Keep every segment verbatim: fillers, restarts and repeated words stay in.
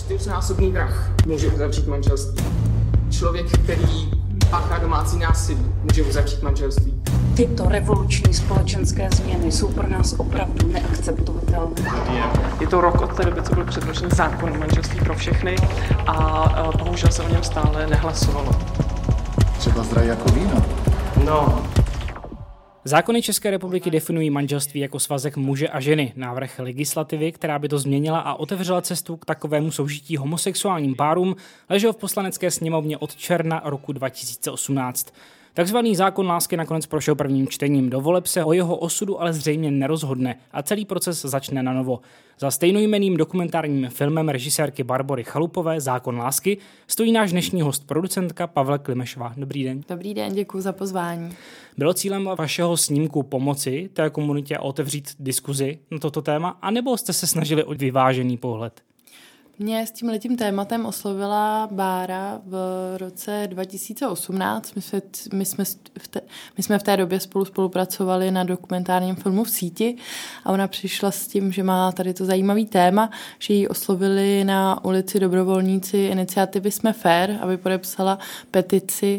Čtyřnásobný vrah může uzavřít manželství. Člověk, který páchá domácí násilí, může uzavřít manželství. Tyto revoluční společenské změny jsou pro nás opravdu neakceptovatelné. Je to rok od té doby, co byl předložen zákon o manželství pro všechny a bohužel se o něm stále nehlasovalo. Třeba zdraví jako víno. No. Zákony České republiky definují manželství jako svazek muže a ženy. Návrh legislativy, která by to změnila a otevřela cestu k takovému soužití homosexuálním párům, ležel v Poslanecké sněmovně od června roku dva tisíce osmnáct. Takzvaný zákon lásky nakonec prošel prvním čtením. Do voleb se o jeho osudu ale zřejmě nerozhodne a celý proces začne na novo. Za stejnojmenným dokumentárním filmem režisérky Barbory Chalupové Zákon lásky stojí náš dnešní host, producentka Pavla Klimešová. Dobrý den. Dobrý den, děkuji za pozvání. Bylo cílem vašeho snímku pomoci té komunitě a otevřít diskuzi na toto téma, anebo jste se snažili o vyvážený pohled? Mě s tímhletím tématem oslovila Bára v roce dva tisíce osmnáct. My jsme, my jsme, v, té, my jsme v té době spolu spolupracovali na dokumentárním filmu V síti a ona přišla s tím, že má tady to zajímavý téma, že ji oslovili na ulici dobrovolníci iniciativy Jsme fér, aby podepsala petici,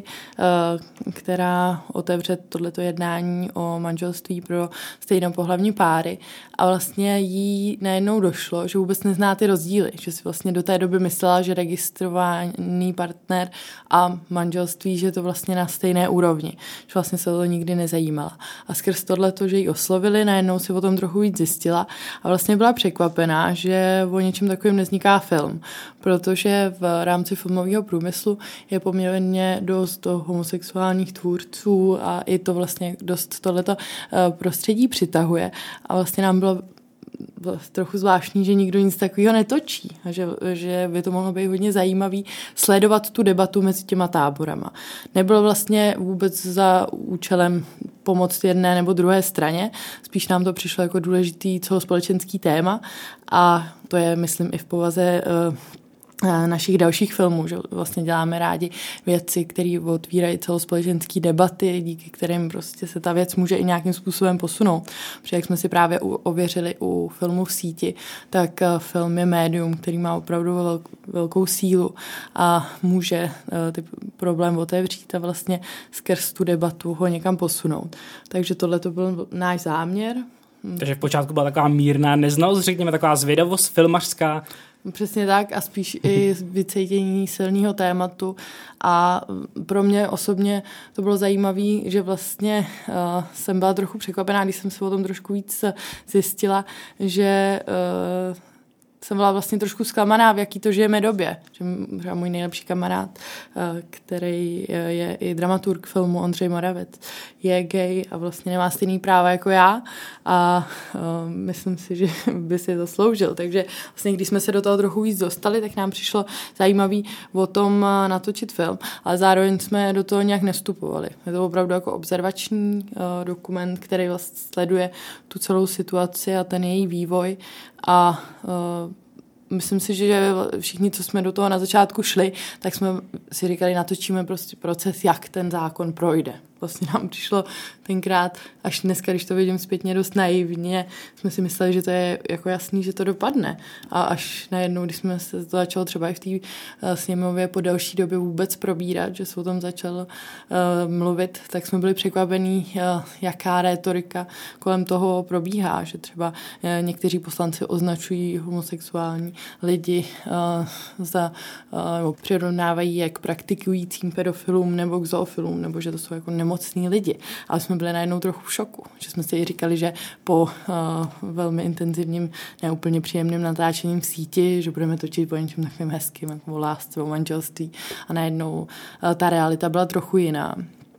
která otevře tohleto jednání o manželství pro stejnopohlavní páry. A vlastně jí najednou došlo, že vůbec nezná ty rozdíly, že si vlastně do té doby myslela, že registrovaný partner a manželství, že to vlastně na stejné úrovni, že vlastně se to nikdy nezajímala. A skrz tohleto, že ji oslovili, najednou si o tom trochu víc zjistila a vlastně byla překvapená, že o něčem takovým nevzniká film, protože v rámci filmového průmyslu je poměrně dost homosexuálních tvůrců a i to vlastně dost tohleto prostředí přitahuje a vlastně nám bylo trochu zvláštní, že nikdo nic takového netočí a že, že by to mohlo být hodně zajímavý sledovat tu debatu mezi těma táborama. Nebylo vlastně vůbec za účelem pomoct jedné nebo druhé straně, spíš nám to přišlo jako důležitý celospolečenský téma a to je, myslím, i v povaze uh, našich dalších filmů, že vlastně děláme rádi věci, které otvírají celospolečenské debaty, díky kterým prostě se ta věc může i nějakým způsobem posunout. Protože jak jsme si právě ověřili u filmu V síti, tak film je médium, který má opravdu velkou sílu a může ty problém otevřít a vlastně skrz tu debatu ho někam posunout. Takže tohle to byl náš záměr. Takže v počátku byla taková mírná neznalost, řekněme taková zvědavost filmařská. Přesně tak a spíš i vycítění silného tématu a pro mě osobně to bylo zajímavé, že vlastně uh, jsem byla trochu překvapená, když jsem se o tom trošku víc zjistila, že uh, jsem byla vlastně trošku zklamaná, v jaký to žijeme době. Že, že můj nejlepší kamarád, který je i dramaturg filmu, Ondřej Moravec, je gay a vlastně nemá stejný práva jako já a uh, myslím si, že by si zasloužil. Takže vlastně, když jsme se do toho trochu víc dostali, tak nám přišlo zajímavý o tom natočit film, ale zároveň jsme do toho nějak nestupovali. Je to opravdu jako observační uh, dokument, který vlastně sleduje tu celou situaci a ten její vývoj a uh, myslím si, že všichni, co jsme do toho na začátku šli, tak jsme si říkali, natočíme prostě proces, jak ten zákon projde. Vlastně nám přišlo tenkrát, až dneska, když to vidím zpětně dost naivně, jsme si mysleli, že to je jako jasný, že to dopadne. A až najednou, když jsme se to začalo třeba i v té uh, sněmově po delší době vůbec probírat, že se o tom začalo uh, mluvit, tak jsme byli překvapení, uh, jaká rétorika kolem toho probíhá, že třeba uh, někteří poslanci označují homosexuální lidi uh, za, uh, přirovnávají jak praktikujícím pedofilům nebo k zoofilům, nebo že to jsou jako nemocní lidi. Ale jsme byli najednou trochu v šoku, že jsme si říkali, že po uh, velmi intenzivním, neúplně příjemným natáčením v síti, že budeme točit po něčem takovým hezkým, jako o lásce, o manželství a najednou uh, ta realita byla trochu jiná.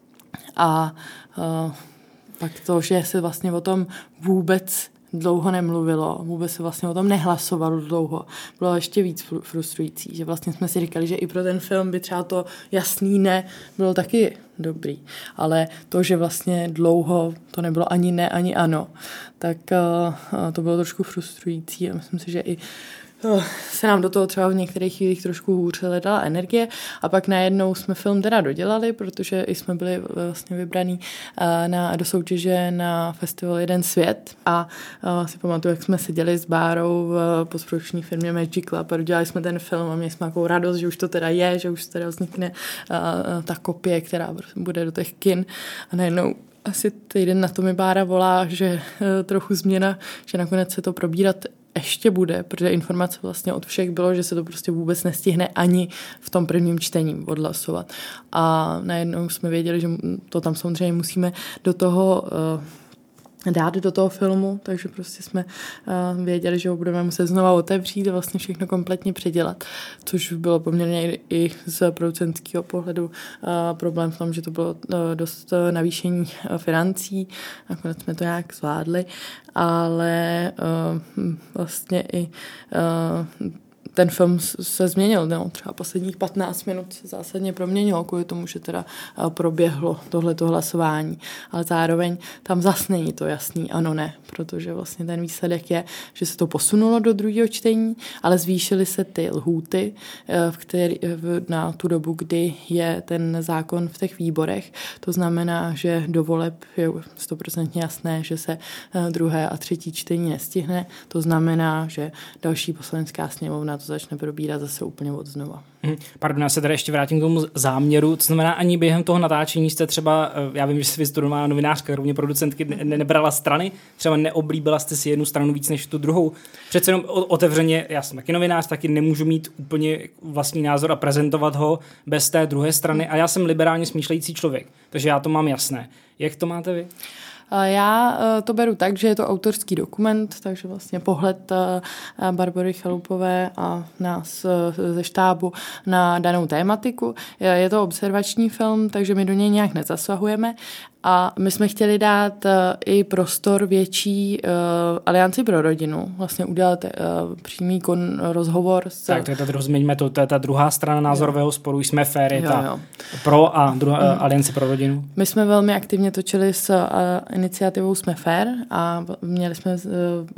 A uh, pak to, že se vlastně o tom vůbec dlouho nemluvilo, vůbec se vlastně o tom nehlasovalo dlouho, bylo ještě víc frustrující, že vlastně jsme si říkali, že i pro ten film by třeba to jasný ne bylo taky dobrý, ale to, že vlastně dlouho to nebylo ani ne, ani ano, tak uh, to bylo trošku frustrující a myslím si, že i se nám do toho třeba v některých chvílích trošku hůř dala energie a pak najednou jsme film teda dodělali, protože i jsme byli vlastně vybraní na, do soutěže na festival Jeden svět a, a si pamatuju, jak jsme seděli s Bárou v postprodukční firmě Magic Club a dodělali jsme ten film a měli jsme takovou radost, že už to teda je, že už teda vznikne a, a, ta kopie, která bude do těch kin a najednou asi týden na to mi Bára volá, že trochu změna, že nakonec se to probírat ještě bude, protože informace vlastně od všech bylo, že se to prostě vůbec nestihne ani v tom prvním čtení odhlasovat. A najednou jsme věděli, že to tam samozřejmě musíme do toho uh, dát do toho filmu, takže prostě jsme uh, věděli, že ho budeme muset znova otevřít a vlastně všechno kompletně předělat, což bylo poměrně i z producentského pohledu uh, problém v tom, že to bylo uh, dost uh, navýšení uh, financí, nakonec jsme to nějak zvládli, ale uh, vlastně i uh, ten film se změnil, no, třeba posledních patnáct minut se zásadně proměnilo kvůli tomu, že teda proběhlo tohleto hlasování, ale zároveň tam zas není to jasný ano, ne, protože vlastně ten výsledek je, že se to posunulo do druhého čtení, ale zvýšily se ty lhůty v který, na tu dobu, kdy je ten zákon v těch výborech. To znamená, že do voleb je stoprocentně jasné, že se druhé a třetí čtení nestihne. To znamená, že další poslanecká sněmovna to začne probírat zase úplně od znova. Pardon, já se tady ještě vrátím k tomu záměru. To znamená, ani během toho natáčení jste třeba, já vím, že jste vystudovaná novinářka, rovně producentky, ne- nebrala strany, třeba neoblíbila jste si jednu stranu víc než tu druhou. Přece jenom otevřeně, já jsem taky novinář, taky nemůžu mít úplně vlastní názor a prezentovat ho bez té druhé strany a já jsem liberálně smýšlející člověk, takže já to mám jasné. Jak to máte vy? Já to beru tak, že je to autorský dokument, takže vlastně pohled Barbory Chalupové a nás ze štábu na danou tématiku. Je to observační film, takže my do něj nějak nezasahujeme. A my jsme chtěli dát uh, i prostor větší uh, Alianci pro rodinu. Vlastně udělat uh, přímý kon, rozhovor. S... Tak to je ta, rozměňme to, to je ta druhá strana názorového sporu. Jsme fair, je jo, ta jo. pro a druhá, mm. Alianci pro rodinu. My jsme velmi aktivně točili s uh, iniciativou Jsme fair a měli jsme uh,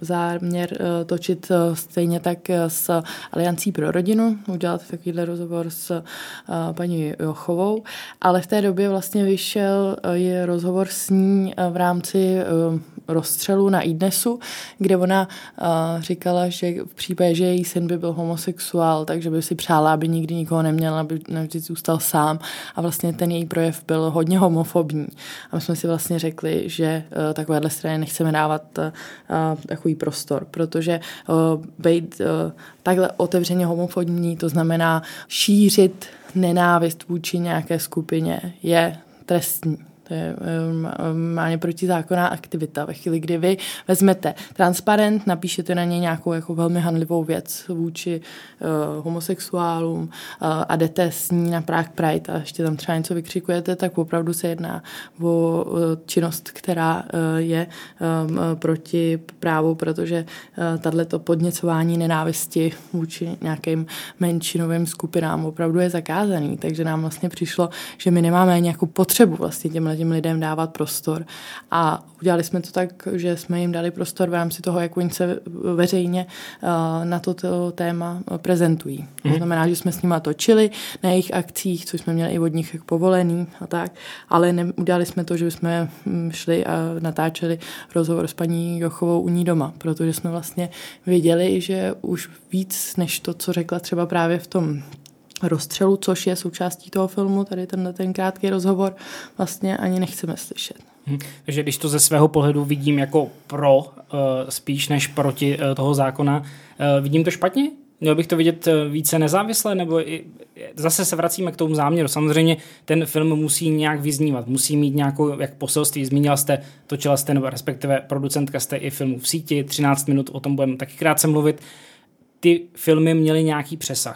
záměr uh, točit uh, stejně tak uh, s Aliancí pro rodinu. Udělat takovýhle rozhovor s uh, paní Jochovou. Ale v té době vlastně vyšel uh, je rozhovor s ní v rámci uh, rozstřelu na iDnesu, kde ona uh, říkala, že v případě, že její syn by byl homosexuál, takže by si přála, aby nikdy nikoho neměl, aby navždy zůstal sám a vlastně ten její projev byl hodně homofobní. A my jsme si vlastně řekli, že uh, takovéhle strany nechceme dávat uh, takový prostor, protože uh, být uh, takhle otevřeně homofobní, to znamená šířit nenávist vůči nějaké skupině je trestní. To je normálně protizákonná aktivita. Ve chvíli, kdy vy vezmete transparent, napíšete na něj nějakou jako velmi hanlivou věc vůči uh, homosexuálům uh, a jdete s ní na Prague Pride a ještě tam třeba něco vykřikujete, tak opravdu se jedná o uh, činnost, která uh, je um, proti právu, protože uh, tato podněcování nenávisti vůči nějakým menšinovým skupinám opravdu je zakázaný. Takže nám vlastně přišlo, že my nemáme nějakou potřebu vlastně těmhle těm lidem dávat prostor. A udělali jsme to tak, že jsme jim dali prostor v rámci toho, jak oni se veřejně uh, na toto téma prezentují. Mm. To znamená, že jsme s nima točili na jejich akcích, což jsme měli i od nich povolený a tak, ale ne, udělali jsme to, že jsme šli a natáčeli rozhovor s paní Jochovou u ní doma, protože jsme vlastně věděli, že už víc než to, co řekla třeba právě v tom rozstřelu, což je součástí toho filmu, tady ten, ten krátký rozhovor, vlastně ani nechceme slyšet. Hmm. Takže když to ze svého pohledu vidím jako pro, uh, spíš než proti uh, toho zákona, uh, vidím to špatně? Měl bych to vidět více nezávisle, nebo i, zase se vracíme k tomu záměru. Samozřejmě ten film musí nějak vyznívat, musí mít nějakou jak poselství. Zmínila jste, točila jste, nebo respektive producentka jste i filmu v síti, třináct minut, o tom budeme taky krátce mluvit. Ty filmy měly nějaký přesah.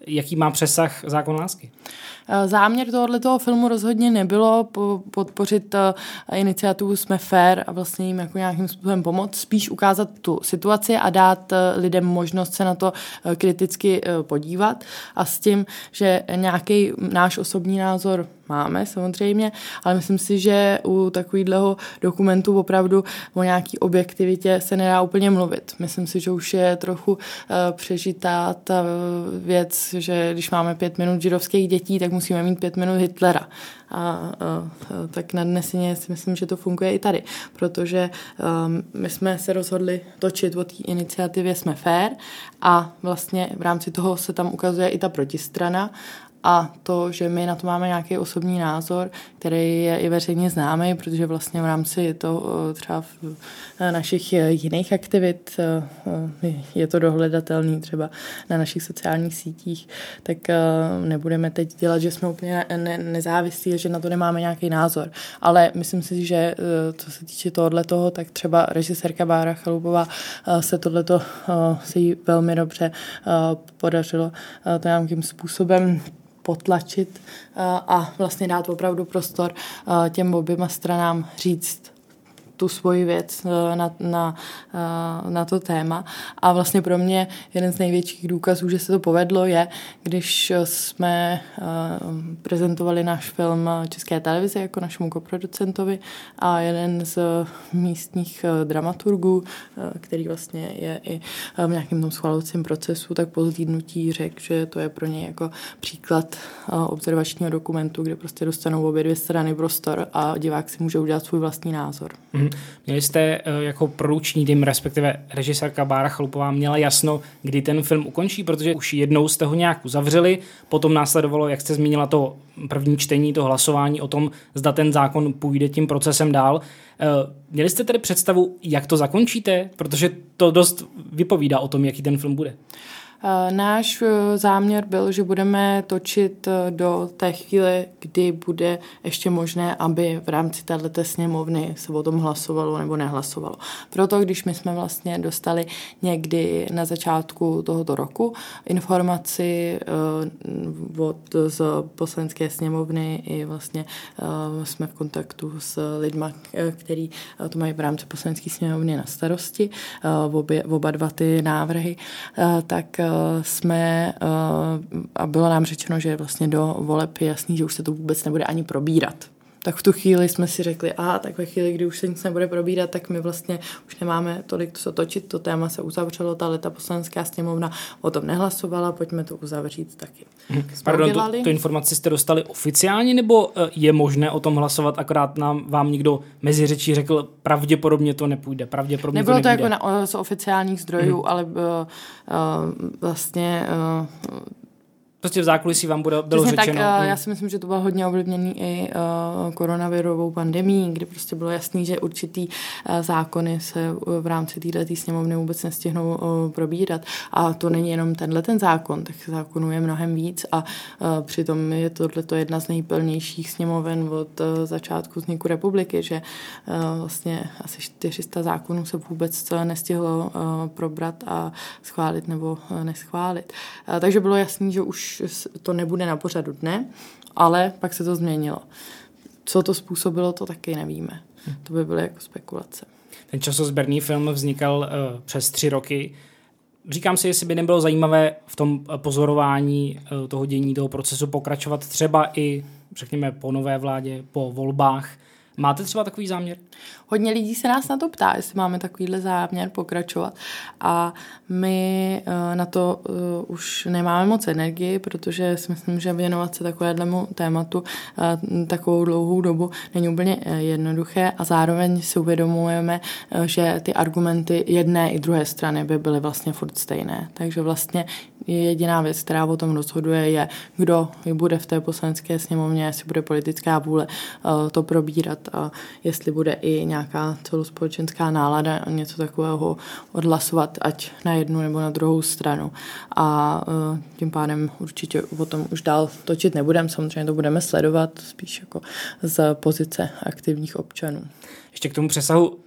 jaký má přesah zákon lásky? Záměr tohoto filmu rozhodně nebylo podpořit iniciativu Jsme fair a vlastně jim jako nějakým způsobem pomoct, spíš ukázat tu situaci a dát lidem možnost se na to kriticky podívat a s tím, že nějaký náš osobní názor máme samozřejmě, ale myslím si, že u takového dokumentu opravdu o nějaký objektivitě se nedá úplně mluvit. Myslím si, že už je trochu uh, přežitá ta věc, že když máme pět minut židovských dětí, tak musíme mít pět minut Hitlera. A uh, tak na dnesině si myslím, že to funguje i tady, protože um, my jsme se rozhodli točit o té iniciativě Jsme fair a vlastně v rámci toho se tam ukazuje i ta protistrana. A to, že my na to máme nějaký osobní názor, který je i veřejně známý, protože vlastně v rámci to třeba v našich jiných aktivit je to dohledatelný třeba na našich sociálních sítích, tak nebudeme teď dělat, že jsme úplně nezávislí a že na to nemáme nějaký názor. Ale myslím si, že co se týče tohoto, tak třeba režisérka Bára Chalupová se tohleto se jí velmi dobře podařilo to nějakým způsobem potlačit a vlastně dát opravdu prostor těm oběma stranám říct tu svoji věc na, na, na to téma. A vlastně pro mě jeden z největších důkazů, že se to povedlo, je, když jsme prezentovali náš film České televize jako našemu koproducentovi a jeden z místních dramaturgů, který vlastně je i v nějakém tom schvalovacím procesu, tak po zhlídnutí řekl, že to je pro něj jako příklad observačního dokumentu, kde prostě dostanou obě dvě strany prostor a divák si může udělat svůj vlastní názor. Mm. Měli jste jako produkční tým, respektive režisérka Bára Chalupová měla jasno, kdy ten film ukončí, protože už jednou jste ho nějak uzavřeli, potom následovalo, jak jste zmínila, to první čtení, to hlasování o tom, zda ten zákon půjde tím procesem dál. Měli jste tedy představu, jak to zakončíte? Protože to dost vypovídá o tom, jaký ten film bude. Náš záměr byl, že budeme točit do té chvíle, kdy bude ještě možné, aby v rámci této sněmovny se o tom hlasovalo nebo nehlasovalo. Proto, když my jsme vlastně dostali někdy na začátku tohoto roku informaci od z poslanecké sněmovny i vlastně jsme v kontaktu s lidma, který to mají v rámci poslanecké sněmovny na starosti, obě, oba dva ty návrhy, tak jsme, a bylo nám řečeno, že vlastně do voleb je jasný, že už se to vůbec nebude ani probírat. Tak v tu chvíli jsme si řekli, a tak ve chvíli, kdy už se nic nebude probírat, tak my vlastně už nemáme tolik co točit, to téma se uzavřelo, ta leta poslanecká sněmovna o tom nehlasovala, pojďme to uzavřít taky. Hmm. Pardon, tu, tu informaci jste dostali oficiálně, nebo je možné o tom hlasovat, akorát nám vám někdo mezi řečí řekl, pravděpodobně to nepůjde, pravděpodobně Nebylo to nepůjde. Nebylo to jako na, z oficiálních zdrojů, hmm. ale uh, uh, vlastně... Uh, Prostě v zákulisí vám bylo, bylo Přesně řečeno. Tak, já si myslím, že to bylo hodně ovlivněný i uh, koronavirovou pandemií, kdy prostě bylo jasný, že určitý uh, zákony se uh, v rámci této sněmovny vůbec nestihnou uh, probírat. A to není jenom tenhle ten zákon, tak zákonů je mnohem víc a uh, přitom je tohleto jedna z nejplnějších sněmoven od uh, začátku vzniku republiky, že uh, vlastně asi čtyři sta zákonů se vůbec nestihlo uh, probrat a schválit nebo uh, neschválit. Uh, takže bylo jasný, že už to nebude na pořadu dne, ale pak se to změnilo. Co to způsobilo, to taky nevíme. To by byly jako spekulace. Ten časozběrný film vznikal uh, přes tři roky. Říkám si, jestli by nebylo zajímavé v tom pozorování uh, toho dění, toho procesu pokračovat třeba i, řekněme, po nové vládě, po volbách. Máte třeba takový záměr? Hodně lidí se nás na to ptá, jestli máme takovýhle záměr pokračovat. A my uh, na to uh, už nemáme moc energie, protože si myslím, že věnovat se takovému tématu uh, takovou dlouhou dobu není úplně uh, jednoduché a zároveň si uvědomujeme, uh, že ty argumenty jedné i druhé strany by byly vlastně furt stejné. Takže vlastně jediná věc, která o tom rozhoduje, je, kdo bude v té poslanecké sněmovně, jestli bude politická vůle uh, to probírat a jestli bude i nějaká celospolečenská nálada něco takového odhlasovat, ať na jednu nebo na druhou stranu. A uh, tím pádem určitě o tom už dál točit nebudeme, samozřejmě to budeme sledovat spíš jako z pozice aktivních občanů. Ještě k tomu přesahu,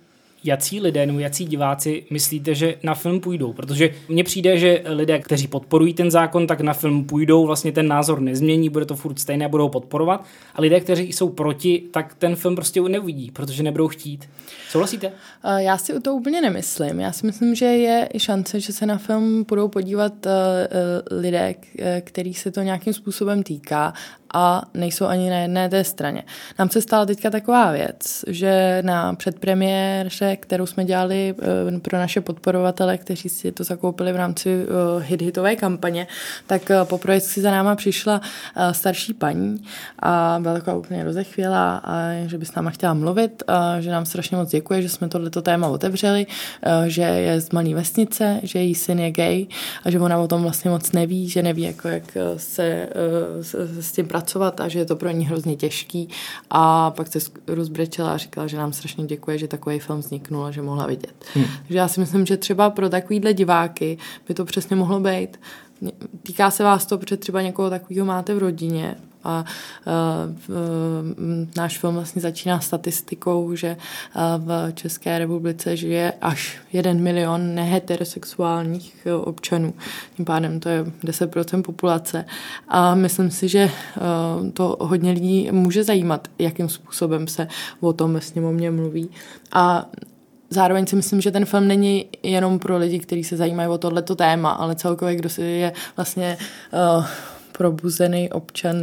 jací lidé nebo jací diváci myslíte, že na film půjdou? Protože mně přijde, že lidé, kteří podporují ten zákon, tak na film půjdou, vlastně ten názor nezmění, bude to furt stejné, budou podporovat. A lidé, kteří jsou proti, tak ten film prostě neuvidí, protože nebudou chtít. Souhlasíte? Já si to úplně nemyslím. Já si myslím, že je i šance, že se na film budou podívat lidé, který se to nějakým způsobem týká a nejsou ani na jedné té straně. Nám se stala teďka taková věc, že na předpremiéře, kterou jsme dělali pro naše podporovatele, kteří si to zakoupili v rámci hit-hitové kampaně, tak po projekci za náma přišla starší paní a byla taková úplně rozechvělá, a že by s náma chtěla mluvit, a že nám strašně moc děkuje, že jsme tohleto téma otevřeli, že je z malé vesnice, že její syn je gay a že ona o tom vlastně moc neví, že neví, jako jak se s tím pracovat a že je to pro ní hrozně těžký. A pak se rozbrečela a říkala, že nám strašně děkuje, že takový film vzniknul a že mohla vidět. Hmm. Takže já si myslím, že třeba pro takovýhle diváky by to přesně mohlo být. Týká se vás to, protože třeba někoho takového máte v rodině. A uh, uh, náš film vlastně začíná statistikou, že uh, v České republice žije až jeden milion neheterosexuálních uh, občanů. Tím pádem to je deset procent populace. A myslím si, že uh, to hodně lidí může zajímat, jakým způsobem se o tom ve sněmovně mluví. A zároveň si myslím, že ten film není jenom pro lidi, kteří se zajímají o tohleto téma, ale celkově, kdo si je vlastně uh, probuzený občan,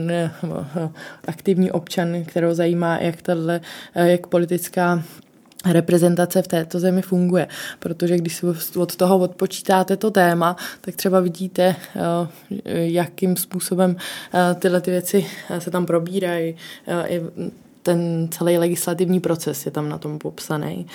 aktivní občan, kterou zajímá, jak, tato, jak politická reprezentace v této zemi funguje. Protože když si od toho odpočítáte to téma, tak třeba vidíte, jakým způsobem tyhle ty věci se tam probírají. I ten celý legislativní proces je tam na tom popsaný.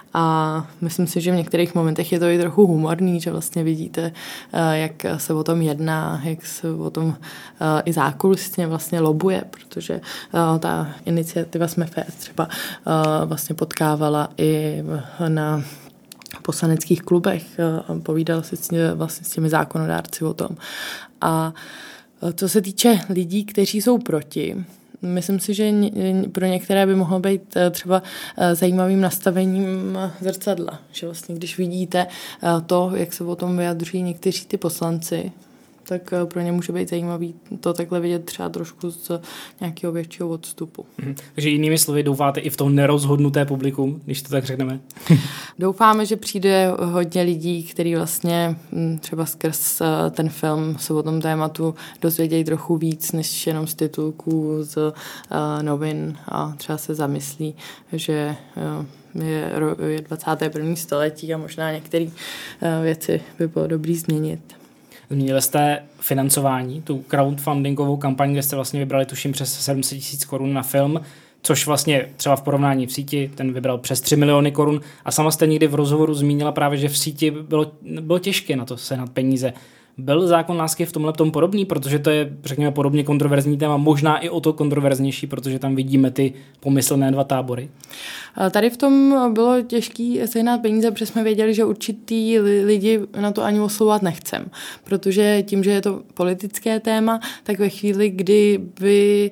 A myslím si, že v některých momentech je to i trochu humorný, že vlastně vidíte, jak se o tom jedná, jak se o tom i zákulisně vlastně lobuje, protože ta iniciativa Jsme fér třeba vlastně potkávala i na poslaneckých klubech a povídala si vlastně s těmi zákonodárci o tom. A co se týče lidí, kteří jsou proti, myslím si, že pro některé by mohlo být třeba zajímavým nastavením zrcadla. Že vlastně, když vidíte to, jak se o tom vyjadřují někteří ty poslanci, tak pro ně může být zajímavý to takhle vidět třeba trošku z nějakého většího odstupu. Mhm. Takže jinými slovy doufáte i v to nerozhodnuté publikum, když to tak řekneme? Doufáme, že přijde hodně lidí, kteří vlastně třeba skrz ten film se o tom tématu dozvědějí trochu víc, než jenom z titulků z uh, novin a třeba se zamyslí, že uh, je, je dvacáté první století a možná některé uh, věci by bylo dobrý změnit. Zmínili jste financování, tu crowdfundingovou kampaň, kde jste vlastně vybrali tuším přes sedm set tisíc korun na film, což vlastně třeba v porovnání v síti, ten vybral přes tři miliony korun a sama jste někdy v rozhovoru zmínila právě, že v síti bylo, bylo těžké na to sehnat peníze. Byl zákon lásky v tomhle tom podobný, protože to je, řekněme, podobně kontroverzní téma, možná i o to kontroverznější, protože tam vidíme ty pomyslné dva tábory. Tady v tom bylo těžké sehnat peníze, protože jsme věděli, že určitý lidi na to ani oslovovat nechcem, protože tím, že je to politické téma, tak ve chvíli, kdy by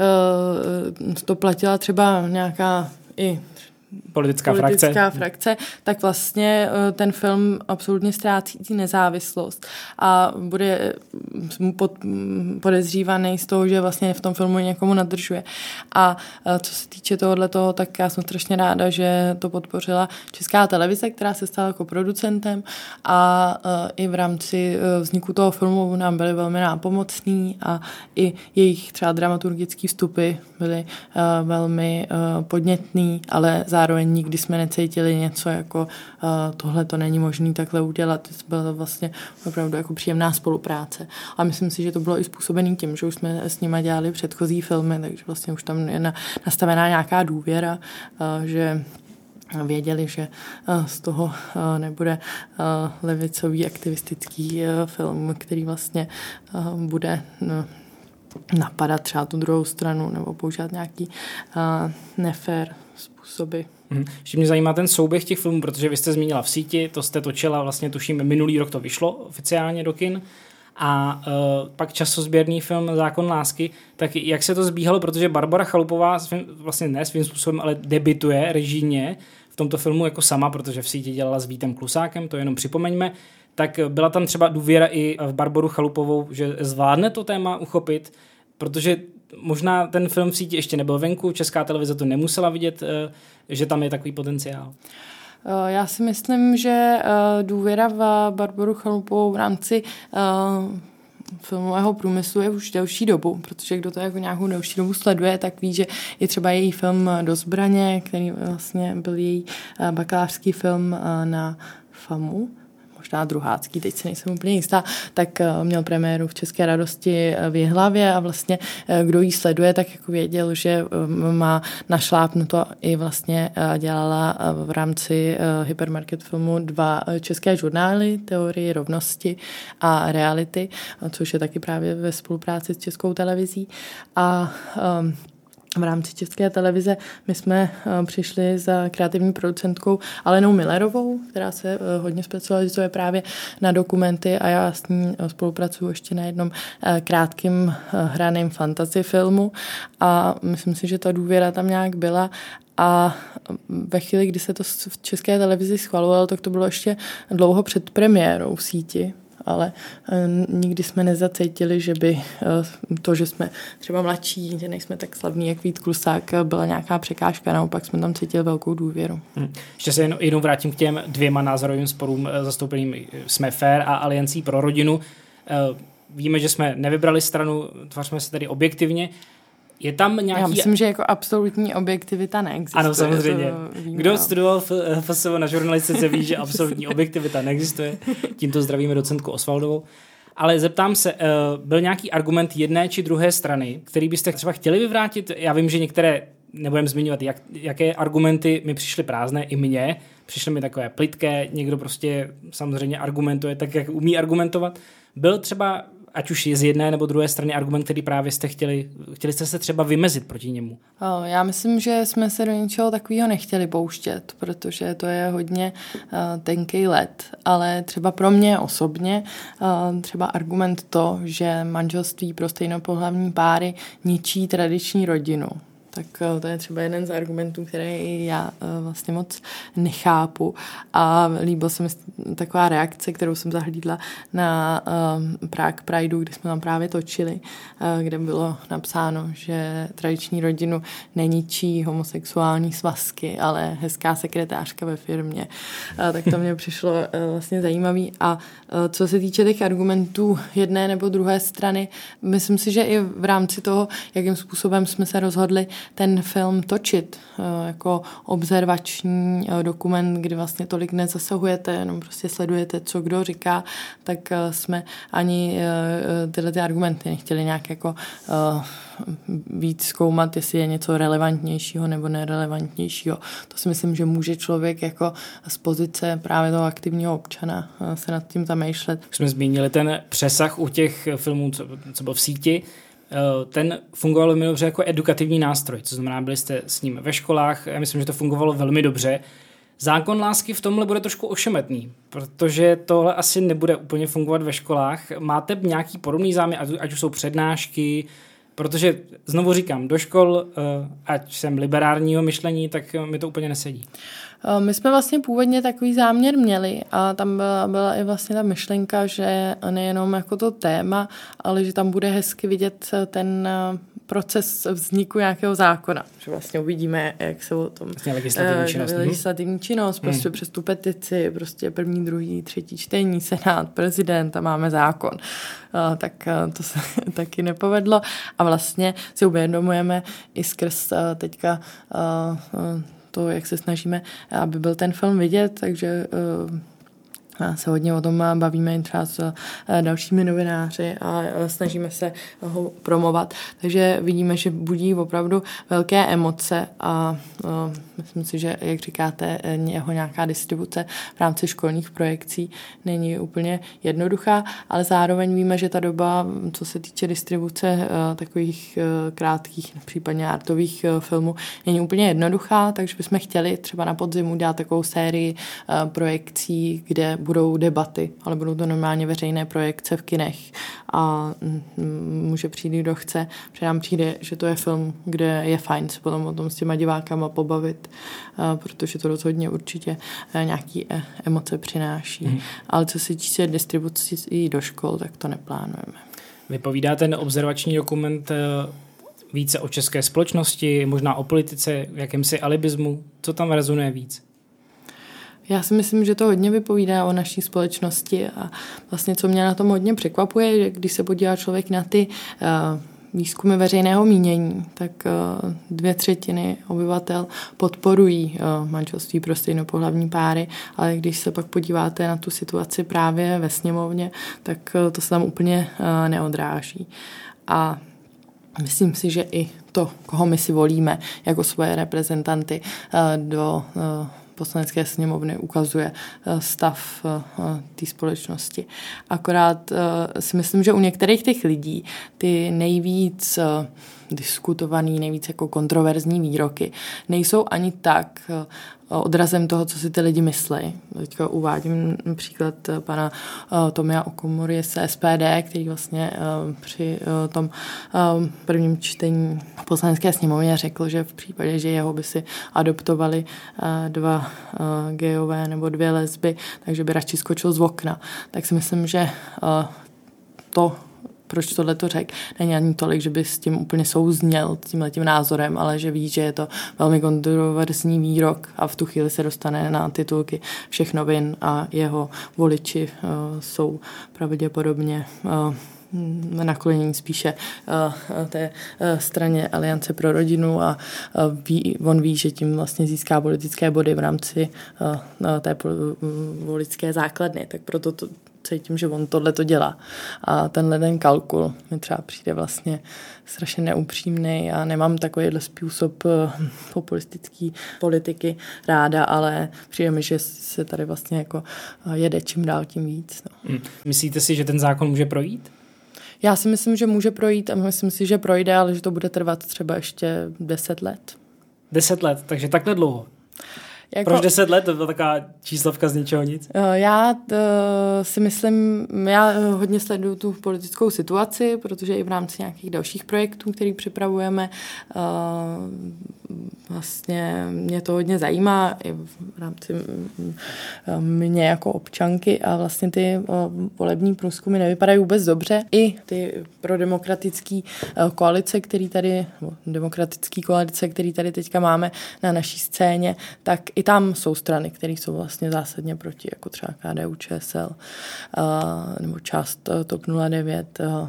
uh, to platila třeba nějaká i politická, politická frakce. frakce, tak vlastně ten film absolutně ztrácí nezávislost a bude pod, podezřívaný z toho, že vlastně v tom filmu někomu nadržuje. A co se týče tohoto, tak já jsem strašně ráda, že to podpořila Česká televize, která se stala jako producentem a i v rámci vzniku toho filmu nám byli velmi nápomocní a i jejich třeba dramaturgické vstupy byly velmi podnětný, ale zároveň nikdy jsme necítili něco jako uh, tohle to není možné takhle udělat. To byla to vlastně opravdu jako příjemná spolupráce. A myslím si, že to bylo i způsobený tím, že už jsme s nimi dělali předchozí filmy, takže vlastně už tam je na, nastavená nějaká důvěra, uh, že věděli, že uh, z toho uh, nebude uh, levicový aktivistický uh, film, který vlastně uh, bude uh, napadat třeba tu druhou stranu nebo používat nějaký uh, nefér způsoby. Hmm. Ještě mě zajímá ten souběh těch filmů, protože vy jste zmínila v síti, to jste točila, vlastně tuším, minulý rok to vyšlo oficiálně do kin a uh, pak časozběrný film Zákon lásky, tak jak se to zbíhalo, protože Barbora Chalupová svým, vlastně ne svým způsobem, ale debituje režijně v tomto filmu jako sama, protože v síti dělala s Vítem Klusákem, to jenom připomeňme, tak byla tam třeba důvěra i v Barboru Chalupovou, že zvládne to téma uchopit, protože možná ten film v síti ještě nebyl venku, Česká televize to nemusela vidět, že tam je takový potenciál. Já si myslím, že důvěra v Barboru Chalupovou v rámci filmového průmyslu je už delší dobu, protože kdo to jako nějakou delší dobu sleduje, tak ví, že je třeba její film Do zbraně, který vlastně byl její bakalářský film na FAMu, možná druhácký, teď si nejsem úplně jistá, tak měl premiéru v České radosti v Jihlavě a vlastně kdo jí sleduje, tak jako věděl, že má našlápnuto i vlastně dělala v rámci Hypermarket filmu dva české žurnály, Teorii rovnosti a Reality, což je taky právě ve spolupráci s Českou televizí. A um, v rámci České televize my jsme uh, přišli za kreativní producentkou Alenou Millerovou, která se uh, hodně specializuje právě na dokumenty a já s ní uh, spolupracuji ještě na jednom uh, krátkým uh, hraném fantasy filmu a myslím si, že ta důvěra tam nějak byla a ve chvíli, kdy se to v České televizi schvalovalo, tak to bylo ještě dlouho před premiérou v síti. Ale nikdy jsme nezacítili, že by to, že jsme třeba mladší, že nejsme tak slavní jak Vít Klusák, byla nějaká překážka, naopak jsme tam cítili velkou důvěru. Hmm. Ještě se jenom vrátím k těm dvěma názorovým sporům zastoupeným Jsme fér a Aliancí pro rodinu. Víme, že jsme nevybrali stranu, tvařme se tedy objektivně. Je tam nějaký... Já myslím, že jako absolutní objektivita neexistuje. Ano, samozřejmě. Kdo studoval F S V na žurnalistice ví, že absolutní objektivita neexistuje. Tímto zdravíme docentku Osvaldovou. Ale zeptám se, byl nějaký argument jedné či druhé strany, který byste třeba chtěli vyvrátit? Já vím, že některé, nebudem zmiňovat, jak, jaké argumenty mi přišly prázdné, i mně. Přišly mi takové plitké, někdo prostě samozřejmě argumentuje tak, jak umí argumentovat. Byl třeba... ať už je z jedné nebo druhé strany argument, který právě jste chtěli, chtěli jste se třeba vymezit proti němu? Já myslím, že jsme se do něčeho takového nechtěli pouštět, protože to je hodně uh, tenký led, ale třeba pro mě osobně uh, třeba argument to, že manželství pro stejnopohlavní páry ničí tradiční rodinu. Tak to je třeba jeden z argumentů, který já vlastně moc nechápu a líbil se mi taková reakce, kterou jsem zahlídla na Prague Prideu, kdy jsme tam právě točili, kde bylo napsáno, že tradiční rodinu neničí homosexuální svazky, ale hezká sekretářka ve firmě. Tak to mě přišlo vlastně zajímavý a co se týče těch argumentů jedné nebo druhé strany, myslím si, že i v rámci toho, jakým způsobem jsme se rozhodli ten film točit jako observační dokument, kdy vlastně tolik nezasahujete, jenom prostě sledujete, co kdo říká, tak jsme ani tyhle ty argumenty nechtěli nějak jako víc zkoumat, jestli je něco relevantnějšího nebo nerelevantnějšího. To si myslím, že může člověk jako z pozice právě toho aktivního občana se nad tím zamýšlet. Už jsme zmínili ten přesah u těch filmů, co, co byl v síti. Ten fungoval velmi dobře jako edukativní nástroj, co znamená, byli jste s ním ve školách, já myslím, že to fungovalo velmi dobře. Zákon lásky v tomhle bude trošku ošemetný, protože tohle asi nebude úplně fungovat ve školách. Máte nějaký podobný záměr, ať už jsou přednášky, protože znovu říkám, do škol, ať jsem liberárního myšlení, tak mi to úplně nesedí. My jsme vlastně původně takový záměr měli a tam byla, byla i vlastně ta myšlenka, že nejenom jako to téma, ale že tam bude hezky vidět ten proces vzniku nějakého zákona. Že vlastně uvidíme, jak se o tom... Vlastně legislativní činnost. Legislativní činnost, prostě hmm. přes tu petici, prostě první, druhý, třetí čtení, senát, prezident a máme zákon. Uh, tak uh, to se taky nepovedlo a vlastně si uvědomujeme i skrz uh, teďka uh, uh, to, jak se snažíme, aby byl ten film vidět, takže uh, se hodně o tom bavíme třeba s dalšími novináři a snažíme se ho promovat. Takže vidíme, že budí opravdu velké emoce a uh, myslím si, že, jak říkáte, jeho nějaká distribuce v rámci školních projekcí není úplně jednoduchá, ale zároveň víme, že ta doba, co se týče distribuce uh, takových uh, krátkých, případně artových uh, filmů, není úplně jednoduchá, takže bychom chtěli třeba na podzimu dát takovou sérii uh, projekcí, kde budou debaty, ale budou to normálně veřejné projekce v kinech a může přijít, kdo chce. Protože nám přijde, že to je film, kde je fajn se potom o tom s těma divákama pobavit, protože to rozhodně určitě nějaký emoce přináší. Mm. Ale co se týče distribucí do škol, tak to neplánujeme. Vypovídá ten observační dokument více o české společnosti, možná o politice, v jakémsi alibismu? Co tam rezonuje víc? Já si myslím, že to hodně vypovídá o naší společnosti a vlastně co mě na tom hodně překvapuje, že když se podívá člověk na ty uh, výzkumy veřejného mínění, tak uh, dvě třetiny obyvatel podporují uh, manželství pro stejnopohlavní páry, ale když se pak podíváte na tu situaci právě ve sněmovně, tak uh, to se tam úplně uh, neodráží. A myslím si, že i to, koho my si volíme jako svoje reprezentanty uh, do uh, poslanecké sněmovny, ukazuje stav té společnosti. Akorát si myslím, že u některých těch lidí ty nejvíc diskutovaný, nejvíc jako kontroverzní výroky nejsou ani tak odrazem toho, co si ty lidi myslejí. Teďka uvádím příklad pana Tomia Okamury z S P D, který vlastně při tom prvním čtení poslanecké sněmovně řekl, že v případě, že jeho by si adoptovali dva gejové nebo dvě lesby, takže by radši skočil z okna. Tak si myslím, že to, proč tohle to řekl, není ani tolik, že by s tím úplně souzněl, s tímhletím názorem, ale že ví, že je to velmi kontroverzní výrok a v tu chvíli se dostane na titulky všech novin a jeho voliči uh, jsou pravděpodobně uh, naklonění spíše uh, té uh, straně Aliance pro rodinu a uh, ví, on ví, že tím vlastně získá politické body v rámci uh, té uh, voličské základny, tak proto to cítím, že on tohle to dělá. A tenhle ten kalkul mi třeba přijde vlastně strašně neupřímný a nemám takovýhle způsob populistický politiky ráda, ale přijde mi, že se tady vlastně jako jede čím dál tím víc. No. Myslíte si, že ten zákon může projít? Já si myslím, že může projít a myslím si, že projde, ale že to bude trvat třeba ještě deset let. Deset let, takže takhle dlouho. Jako, Proč deset let? To byla taková číslovka z ničeho nic? Já uh, si myslím, já hodně sleduju tu politickou situaci, protože i v rámci nějakých dalších projektů, který připravujeme, uh, vlastně mě to hodně zajímá i v rámci mě jako občanky a vlastně ty uh, volební průzkumy nevypadají vůbec dobře. I ty prodemokratický uh, koalice, který tady, demokratický koalice, který tady teďka máme na naší scéně, tak i tam jsou strany, které jsou vlastně zásadně proti, jako třeba K D U Č S L uh, nebo část uh, TOP nula devět. Uh,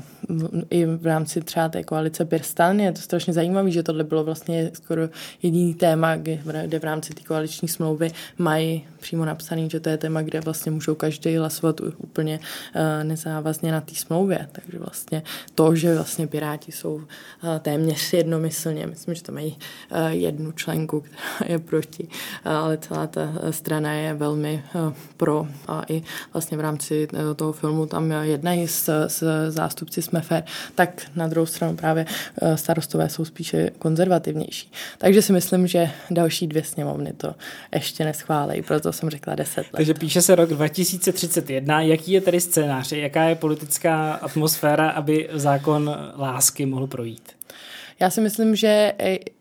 I v rámci třeba té koalice PirSTAN je to strašně zajímavé, že tohle bylo vlastně skoro jediný téma, kde v rámci té koaliční smlouvy mají přímo napsaný, že to je téma, kde vlastně můžou každý hlasovat úplně uh, nezávazně na té smlouvě. Takže vlastně to, že vlastně Piráti jsou uh, téměř jednomyslně, myslím, že to mají uh, jednu členku, která je proti, uh, ale celá ta strana je velmi uh, pro a i vlastně v rámci uh, toho filmu tam jednají s, s zástupci Smefer, tak na druhou stranu právě uh, starostové jsou spíše konzervativnější. Takže si myslím, že další dvě sněmovny to ještě neschválejí, proto jsem řekla deset let. Takže píše se rok dva tisíce třicet jedna. Jaký je tedy scénář? Jaká je politická atmosféra, aby zákon lásky mohl projít? Já si myslím, že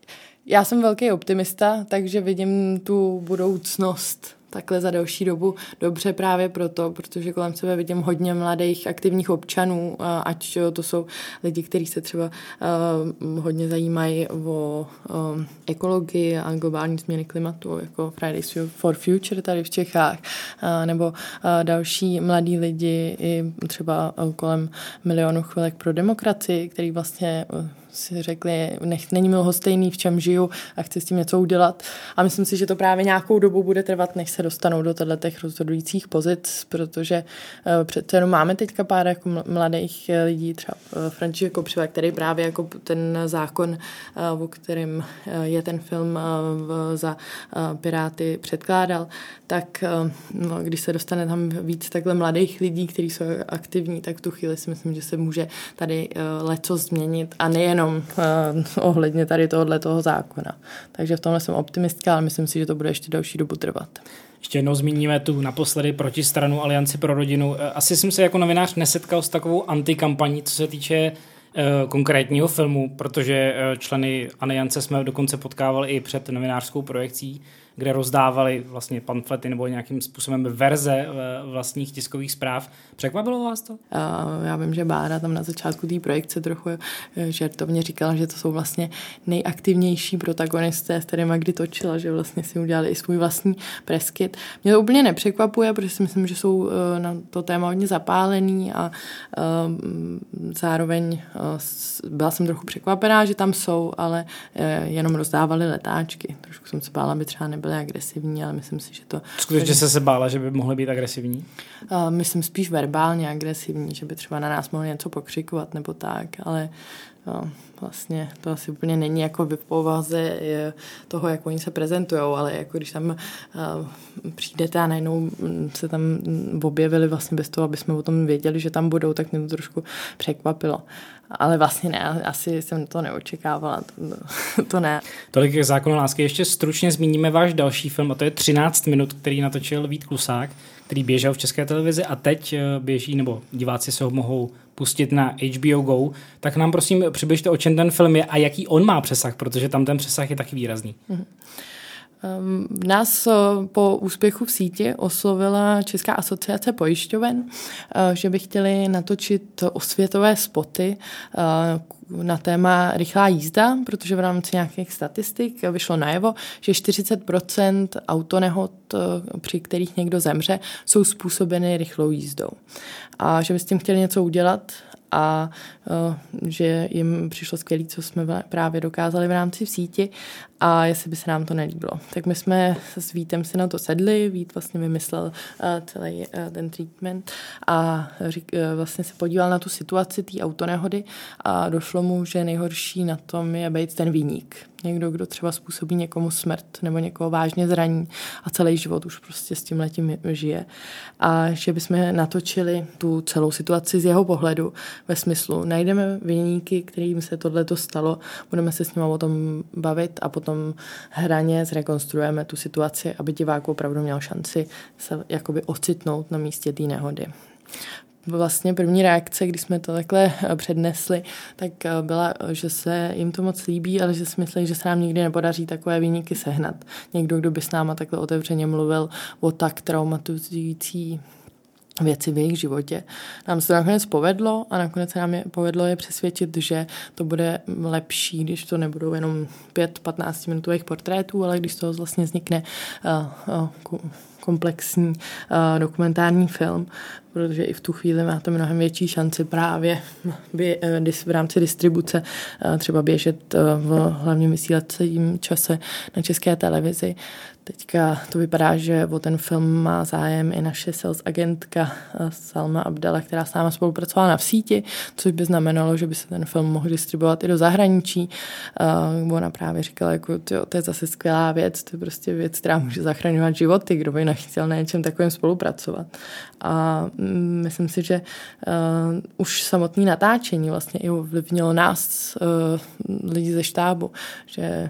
já jsem velký optimista, takže vidím tu budoucnost takhle za další dobu dobře právě proto, protože kolem sebe vidím hodně mladých aktivních občanů, ať to jsou lidi, kteří se třeba uh, hodně zajímají o um, ekologii a globální změny klimatu, jako Fridays for Future tady v Čechách, uh, nebo uh, další mladí lidi i třeba uh, kolem milionu chvilek pro demokracii, který vlastně uh, si řekli, nech, není mi lhostejný, v čem žiju a chci s tím něco udělat. A myslím si, že to právě nějakou dobu bude trvat, než se dostanou do těch rozhodujících pozic, protože uh, přece jenom máme teďka pár jako mladých lidí, třeba uh, František Kopřiva, který právě jako ten zákon, uh, o kterém uh, je ten film uh, v, za uh, Piráty předkládal, tak uh, no, když se dostane tam víc takhle mladých lidí, kteří jsou aktivní, tak v tu chvíli si myslím, že se může tady uh, leco změnit a nejenom Uh, ohledně tady tohohle toho zákona. Takže v tomhle jsem optimistka, ale myslím si, že to bude ještě další dobu trvat. Ještě jednou zmíníme tu naposledy protistranu Alianci pro rodinu. Asi jsem se jako novinář nesetkal s takovou antikampaní, co se týče konkrétního filmu, protože členy Aliance jsme dokonce potkávali i před novinářskou projekcí, kde rozdávali vlastně pamflety nebo nějakým způsobem verze vlastních tiskových zpráv. Překvapilo vás to? Já vím, že Bára tam na začátku té projekce trochu žertovně říkala, že to jsou vlastně nejaktivnější protagonisté, s kterýma kdy točila, že vlastně si udělali i svůj vlastní preskit. Mě to úplně nepřekvapuje, protože si myslím, že jsou na to téma hodně zapálený a zároveň byla jsem trochu překvapená, že tam jsou, ale jenom rozdávali letáčky. Trošku jsem se bála, aby třeba nebyly agresivní, ale myslím si, že to... Skutečně jste se bála, že by mohly být agresivní? Uh, myslím spíš verbálně agresivní, že by třeba na nás mohli něco pokřikovat nebo tak, ale no, vlastně to asi úplně není jako v povaze toho, jak oni se prezentujou, ale jako když tam uh, přijdete a najednou se tam objevili vlastně bez toho, aby jsme o tom věděli, že tam budou, tak mě to trošku překvapilo. Ale vlastně ne, asi jsem to neočekávala, to, to ne. Tolik k Zákonu lásky. Ještě stručně zmíníme váš další film, a to je třináct minut, který natočil Vít Klusák, který běžel v České televizi a teď běží, nebo diváci se ho mohou pustit na H B O Go. Tak nám prosím přibližte, o čem ten film je a jaký on má přesah, protože tam ten přesah je taky výrazný. Mm-hmm. Nás po úspěchu v síti oslovila Česká asociace pojišťoven, že by chtěli natočit osvětové spoty na téma rychlá jízda, protože v rámci nějakých statistik vyšlo najevo, že čtyřicet procent autonehod, při kterých někdo zemře, jsou způsobeny rychlou jízdou. A že by s tím chtěli něco udělat a uh, že jim přišlo skvělé, co jsme právě dokázali v rámci v síti a jestli by se nám to nelíbilo. Tak my jsme s Vítem si na to sedli, Vít vlastně vymyslel uh, celý uh, ten treatment a řík, uh, vlastně se podíval na tu situaci té autonehody a došlo mu, že nejhorší na tom je být ten viník. Někdo, kdo třeba způsobí někomu smrt nebo někoho vážně zraní a celý život už prostě s tím letím žije. A že bychom natočili tu celou situaci z jeho pohledu ve smyslu, najdeme viníky, kterým se tohleto stalo, budeme se s nimi o tom bavit a potom hraně zrekonstruujeme tu situaci, aby divák opravdu měl šanci se jakoby ocitnout na místě té nehody. Vlastně první reakce, když jsme to takhle přednesli, tak byla, že se jim to moc líbí, ale že si myslí, že se nám nikdy nepodaří takové viníky sehnat. Někdo, kdo by s náma takhle otevřeně mluvil o tak traumatizující věci v jejich životě. Nám se to nakonec povedlo a nakonec se nám je povedlo je přesvědčit, že to bude lepší, když to nebudou jenom pět patnáct minutových portrétů, ale když to vlastně vznikne uh, uh, komplexní uh, dokumentární film, protože i v tu chvíli máte mnohem větší šanci právě v rámci distribuce třeba běžet v hlavním vysílacím čase na České televizi. Teďka to vypadá, že o ten film má zájem i naše sales agentka Salma Abdala, která s náma spolupracovala na v síti, což by znamenalo, že by se ten film mohl distribuovat i do zahraničí. Ona právě říkala, jako, tyjo, to je zase skvělá věc, to je prostě věc, která může zachraňovat životy, kdo by nechtěl na něčem takovém spolupracovat. A myslím si, že uh, už samotné natáčení vlastně i ovlivnilo nás, uh, lidi ze štábu, že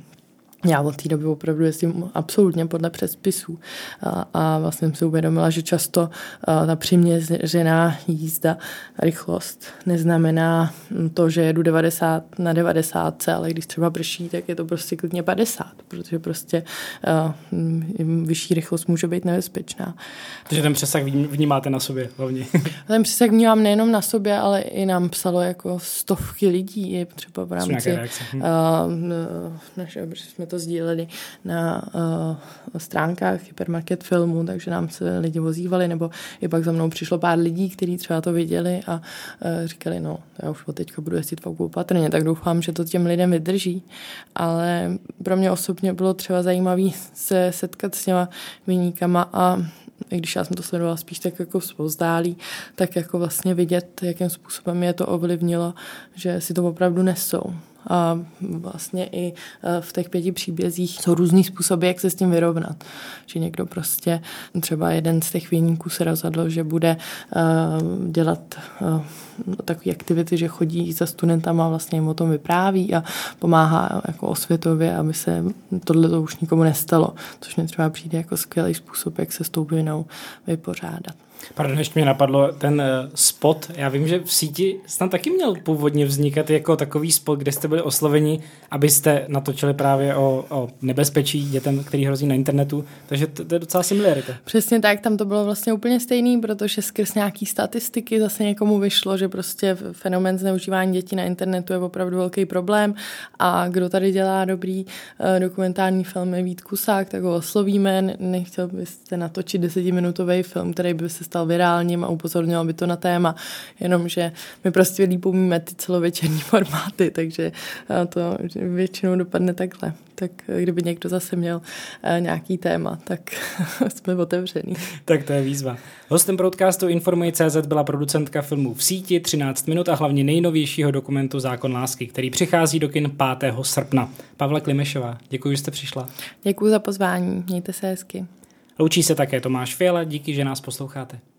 já od té doby opravdu jezdím absolutně podle předpisů a, a vlastně jsem si uvědomila, že často a, ta přiměřená jízda, rychlost neznamená to, že jedu devadesát na devadesát, ale když třeba prší, tak je to prostě klidně padesát, protože prostě a, vyšší rychlost může být nebezpečná. Takže ten přesah vnímáte na sobě hlavně. Ten přesah vnímám nejenom na sobě, ale i nám psalo jako stovky lidí, je třeba v rámci hm. a, naše, jsme to sdíleli na uh, stránkách Hypermarket filmu, takže nám se lidi ozývali, nebo i pak za mnou přišlo pár lidí, kteří třeba to viděli a uh, říkali, no, já už od teďka budu jezdit v opatrně, tak doufám, že to těm lidem vydrží. Ale pro mě osobně bylo třeba zajímavé se setkat s těma viníkama a i když já jsem to sledovala spíš tak jako zpozdálí, tak jako vlastně vidět, jakým způsobem je to ovlivnilo, že si to opravdu nesou. A vlastně i v těch pěti příbězích jsou různý způsoby, jak se s tím vyrovnat. Že někdo prostě, třeba jeden z těch viníků se rozhodl, že bude uh, dělat uh, takové aktivity, že chodí za studentama a vlastně jim o tom vypráví a pomáhá jako osvětově, aby se tohle už nikomu nestalo. Což mi třeba přijde jako skvělý způsob, jak se s tou vinou vypořádat. Pardon, ještě mě napadlo ten uh, spot. Já vím, že v síti tam taky měl původně vznikat jako takový spot, kde jste byli osloveni, abyste natočili právě o, o nebezpečí dětem, který hrozí na internetu. Takže to, to je docela similarita. Přesně tak, tam to bylo vlastně úplně stejný, protože skrz nějaký statistiky zase někomu vyšlo, že prostě fenomén zneužívání dětí na internetu je opravdu velký problém a kdo tady dělá dobrý uh, dokumentární filmy Vít Kusák, tak ho oslovíme. Nechtěl byste natočit desetiminutový film, který by se stal virálním a upozornil by to na téma, jenomže my prostě líp umíme ty celovečerní formáty, takže to většinou dopadne takhle. Tak kdyby někdo zase měl nějaký téma, tak jsme otevřený. Tak to je výzva. Hostem podcastu Informuj tečka cé zet byla producentka filmu V síti třináct minut a hlavně nejnovějšího dokumentu Zákon lásky, který přichází do kin pátého srpna. Pavla Klimešová, děkuji, že jste přišla. Děkuji za pozvání, mějte se hezky. Loučí se také Tomáš Fiala, díky, že nás posloucháte.